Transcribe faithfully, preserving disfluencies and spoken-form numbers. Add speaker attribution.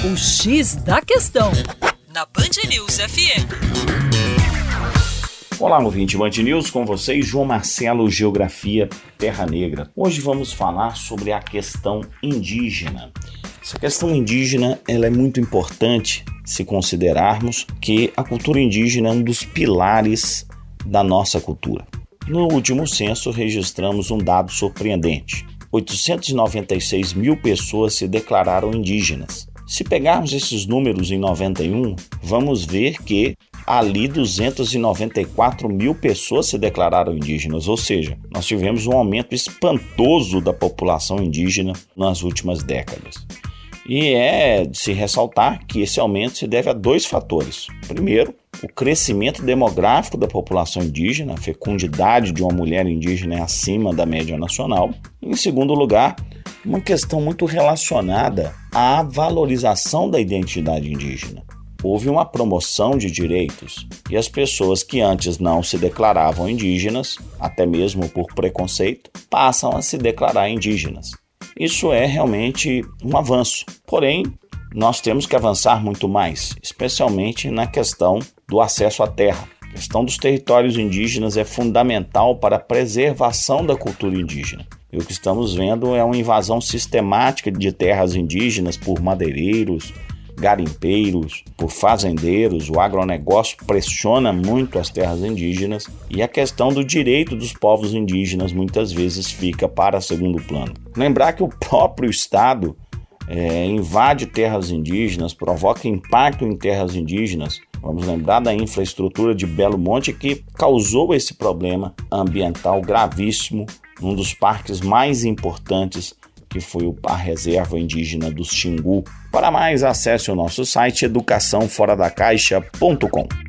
Speaker 1: O X da Questão, na Band News F M.
Speaker 2: Olá, ouvinte Band News, com vocês, João Marcelo, Geografia Terra Negra. Hoje vamos falar sobre a questão indígena. Essa questão indígena ela é muito importante se considerarmos que a cultura indígena é um dos pilares da nossa cultura. No último censo, registramos um dado surpreendente. oitocentos e noventa e seis mil pessoas se declararam indígenas. Se pegarmos esses números em noventa e um, vamos ver que ali duzentos e noventa e quatro mil pessoas se declararam indígenas, ou seja, nós tivemos um aumento espantoso da população indígena nas últimas décadas. E é de se ressaltar que esse aumento se deve a dois fatores. Primeiro, o crescimento demográfico da população indígena, a fecundidade de uma mulher indígena é acima da média nacional. E, em segundo lugar, uma questão muito relacionada à valorização da identidade indígena. Houve uma promoção de direitos e as pessoas que antes não se declaravam indígenas, até mesmo por preconceito, passam a se declarar indígenas. Isso é realmente um avanço, porém, nós temos que avançar muito mais, especialmente na questão do acesso à terra. A questão dos territórios indígenas é fundamental para a preservação da cultura indígena. E o que estamos vendo é uma invasão sistemática de terras indígenas por madeireiros, garimpeiros, por fazendeiros. O agronegócio pressiona muito as terras indígenas e a questão do direito dos povos indígenas muitas vezes fica para segundo plano. Lembrar que o próprio Estado é, invade terras indígenas, provoca impacto em terras indígenas. Vamos lembrar da infraestrutura de Belo Monte que causou esse problema ambiental gravíssimo num dos parques mais importantes, que foi a Reserva Indígena do Xingu. Para mais, acesse o nosso site educação fora da caixa ponto com.